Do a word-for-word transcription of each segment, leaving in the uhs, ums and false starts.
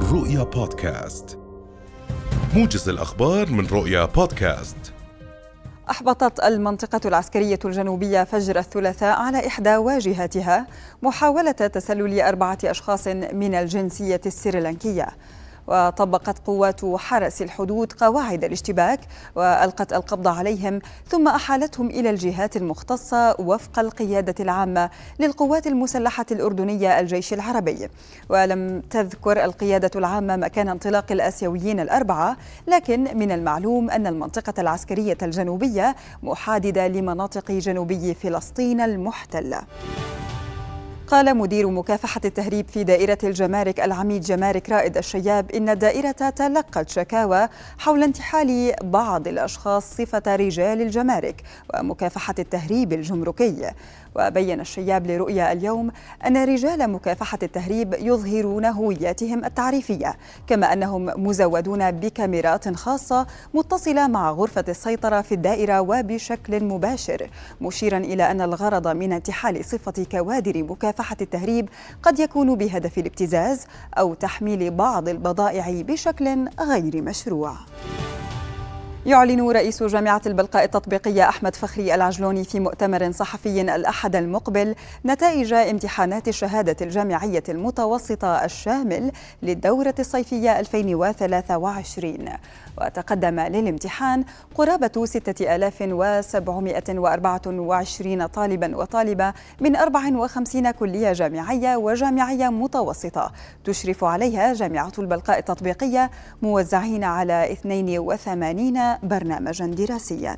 رؤيا بودكاست، موجز الأخبار من رؤيا بودكاست. أحبطت المنطقة العسكرية الجنوبية فجر الثلاثاء على إحدى واجهاتها محاولة تسلل أربعة أشخاص من الجنسية السريلانكية. وطبقت قوات حرس الحدود قواعد الاشتباك وألقت القبض عليهم، ثم أحالتهم إلى الجهات المختصة وفق القيادة العامة للقوات المسلحة الأردنية الجيش العربي. ولم تذكر القيادة العامة مكان انطلاق الآسيويين الأربعة، لكن من المعلوم أن المنطقة العسكرية الجنوبية محاددة لمناطق جنوبي فلسطين المحتلة. قال مدير مكافحة التهريب في دائرة الجمارك العميد جمارك رائد الشياب إن الدائرة تلقت شكاوى حول انتحال بعض الأشخاص صفة رجال الجمارك ومكافحة التهريب الجمركي. وبين الشياب لرؤيا اليوم أن رجال مكافحة التهريب يظهرون هوياتهم التعريفية، كما أنهم مزودون بكاميرات خاصة متصلة مع غرفة السيطرة في الدائرة وبشكل مباشر، مشيرا إلى أن الغرض من انتحال صفة كوادر مكافحة التهريب قد يكون بهدف الابتزاز أو تحميل بعض البضائع بشكل غير مشروع. يعلن رئيس جامعة البلقاء التطبيقية أحمد فخري العجلوني في مؤتمر صحفي الأحد المقبل نتائج امتحانات الشهادة الجامعية المتوسطة الشامل للدورة الصيفية ألفين وثلاثة وعشرين. وتقدم للامتحان قرابة ستة آلاف وسبعمائة وأربعة وعشرين طالبا وطالبة من أربع وخمسين كلية جامعية وجامعية متوسطة تشرف عليها جامعة البلقاء التطبيقية، موزعين على اثنين وثمانين برنامجا دراسيا.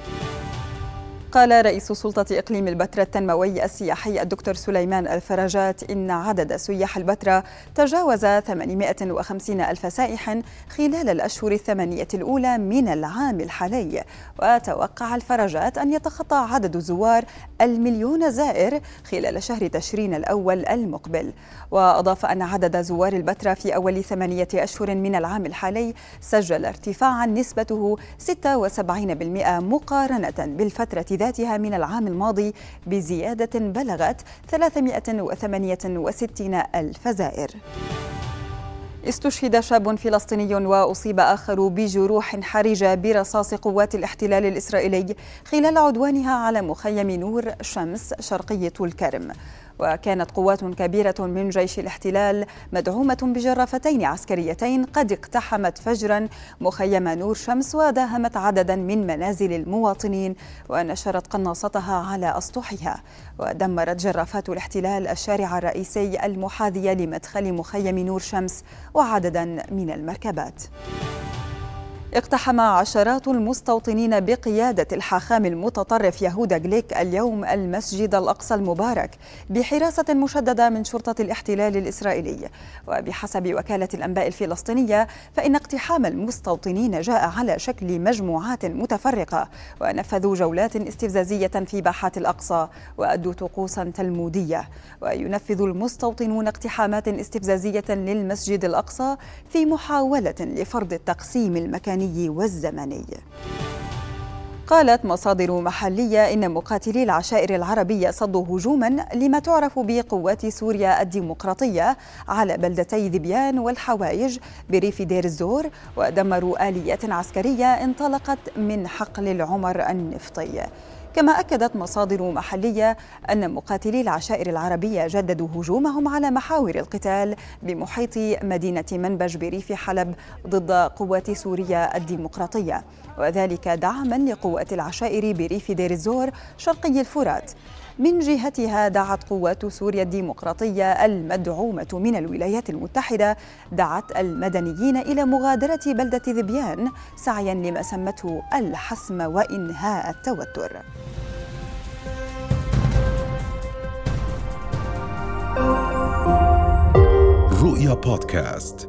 قال رئيس سلطة إقليم البتراء التنموي السياحي الدكتور سليمان الفرجات إن عدد سياح البتراء تجاوز ثمانمائة وخمسين ألف سائح خلال الأشهر الثمانية الأولى من العام الحالي. وتوقع الفرجات أن يتخطى عدد الزوار المليون زائر خلال شهر تشرين الأول المقبل. وأضاف أن عدد زوار البتراء في أول ثمانية أشهر من العام الحالي سجل ارتفاعا نسبته ستة وسبعين بالمئة مقارنة بالفترة ذاتها من العام الماضي، بزيادة بلغت ثلاثمائة وثمانية وستين ألف زائر. استشهد شاب فلسطيني وأصيب آخر بجروح حرجة برصاص قوات الاحتلال الإسرائيلي خلال عدوانها على مخيم نور شمس شرقي طول كرم. وكانت قوات كبيرة من جيش الاحتلال مدعومة بجرافتين عسكريتين قد اقتحمت فجرا مخيم نور شمس وداهمت عددا من منازل المواطنين ونشرت قناصتها على أسطحها. ودمرت جرافات الاحتلال الشارع الرئيسي المحاذي لمدخل مخيم نور شمس وعددا من المركبات. اقتحم عشرات المستوطنين بقيادة الحاخام المتطرف يهودا جليك اليوم المسجد الأقصى المبارك بحراسة مشددة من شرطة الاحتلال الإسرائيلي. وبحسب وكالة الأنباء الفلسطينية فإن اقتحام المستوطنين جاء على شكل مجموعات متفرقة، ونفذوا جولات استفزازية في باحات الأقصى وأدوا طقوسا تلمودية. وينفذ المستوطنون اقتحامات استفزازية للمسجد الأقصى في محاولة لفرض التقسيم المكاني والزمني. قالت مصادر محلية إن مقاتلي العشائر العربية صدوا هجوما لما تعرف بقوات سوريا الديمقراطية على بلدتي ذبيان والحوايج بريف دير الزور، ودمروا آليات عسكرية انطلقت من حقل العمر النفطي. كما أكدت مصادر محلية أن مقاتلي العشائر العربية جددوا هجومهم على محاور القتال بمحيط مدينة منبج بريف حلب ضد قوات سوريا الديمقراطية، وذلك دعما لقوات العشائر بريف دير الزور شرقي الفرات. من جهتها دعت قوات سوريا الديمقراطية المدعومة من الولايات المتحدة دعت المدنيين إلى مغادرة بلدة ذبيان سعيا لما سمته الحسم وإنهاء التوتر. رؤيا بودكاست.